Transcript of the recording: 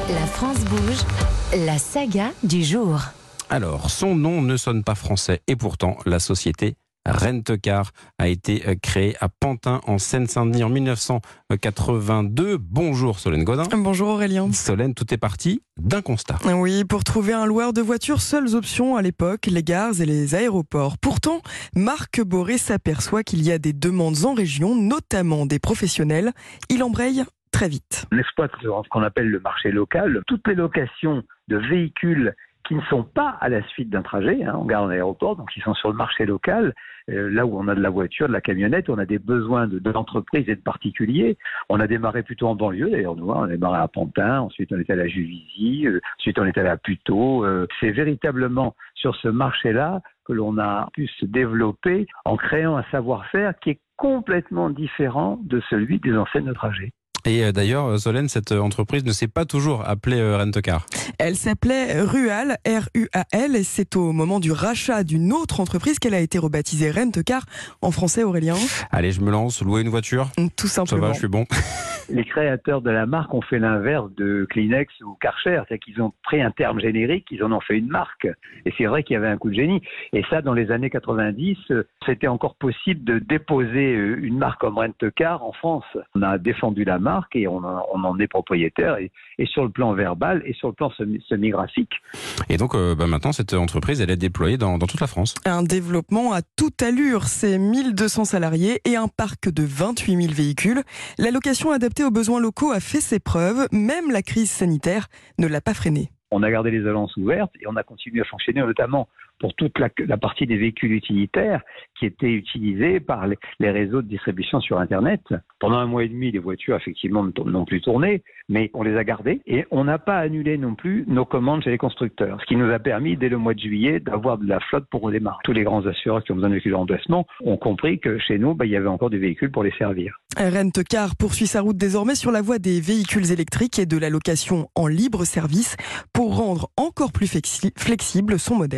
La France bouge, la saga du jour. Alors, son nom ne sonne pas français et pourtant, la société Rent-A-Car a été créée à Pantin en Seine-Saint-Denis en 1982. Bonjour Solène Godin. Bonjour Aurélien. Solène, tout est parti d'un constat. Oui, pour trouver un loueur de voitures, seules options à l'époque, les gares et les aéroports. Pourtant, Marc Boré s'aperçoit qu'il y a des demandes en région, notamment des professionnels. Il embraye très vite. On exploite ce qu'on appelle le marché local. Toutes les locations de véhicules qui ne sont pas à la suite d'un trajet, en gare, en aéroport, donc ils sont sur le marché local, là où on a de la voiture, de la camionnette, on a des besoins de l'entreprise et de particuliers. On a démarré plutôt en banlieue, d'ailleurs, nous, on a démarré à Pantin, ensuite on est allé à Juvisy, ensuite on est allé à Puteaux. C'est véritablement sur ce marché-là que l'on a pu se développer en créant un savoir-faire qui est complètement différent de celui des enseignes de trajet. Et d'ailleurs, Solène, cette entreprise ne s'est pas toujours appelée Rent-A-Car. Elle s'appelait Rual, R-U-A-L, et c'est au moment du rachat d'une autre entreprise qu'elle a été rebaptisée Rent-A-Car. En français, Aurélien? Allez, je me lance, louer une voiture. Tout simplement. Ça va, je suis bon. Les créateurs de la marque ont fait l'inverse de Kleenex ou Karcher, c'est-à-dire qu'ils ont pris un terme générique, ils en ont fait une marque. Et c'est vrai qu'il y avait un coup de génie. Et ça, dans les années 90, c'était encore possible de déposer une marque comme Rent-A-Car en France. On a défendu la marque et on en est propriétaire, et sur le plan verbal et sur le plan semi-graphique. Et donc maintenant, cette entreprise, elle est déployée dans toute la France. Un développement à toute allure, c'est 1200 salariés et un parc de 28 000 véhicules. La location adaptée aux besoins locaux a fait ses preuves, même la crise sanitaire ne l'a pas freinée. On a gardé les agences ouvertes et on a continué à fonctionner, notamment pour toute la partie des véhicules utilitaires qui étaient utilisés par les réseaux de distribution sur Internet. Pendant 1 mois et demi, les voitures, effectivement, n'ont plus tourné, mais on les a gardées et on n'a pas annulé non plus nos commandes chez les constructeurs, ce qui nous a permis, dès le mois de juillet, d'avoir de la flotte pour redémarrer. Tous les grands assureurs qui ont besoin de véhicules de remplacement ont compris que chez nous, il y avait encore des véhicules pour les servir. Rent-A-Car poursuit sa route désormais sur la voie des véhicules électriques et de la location en libre service pour rendre encore plus flexible son modèle.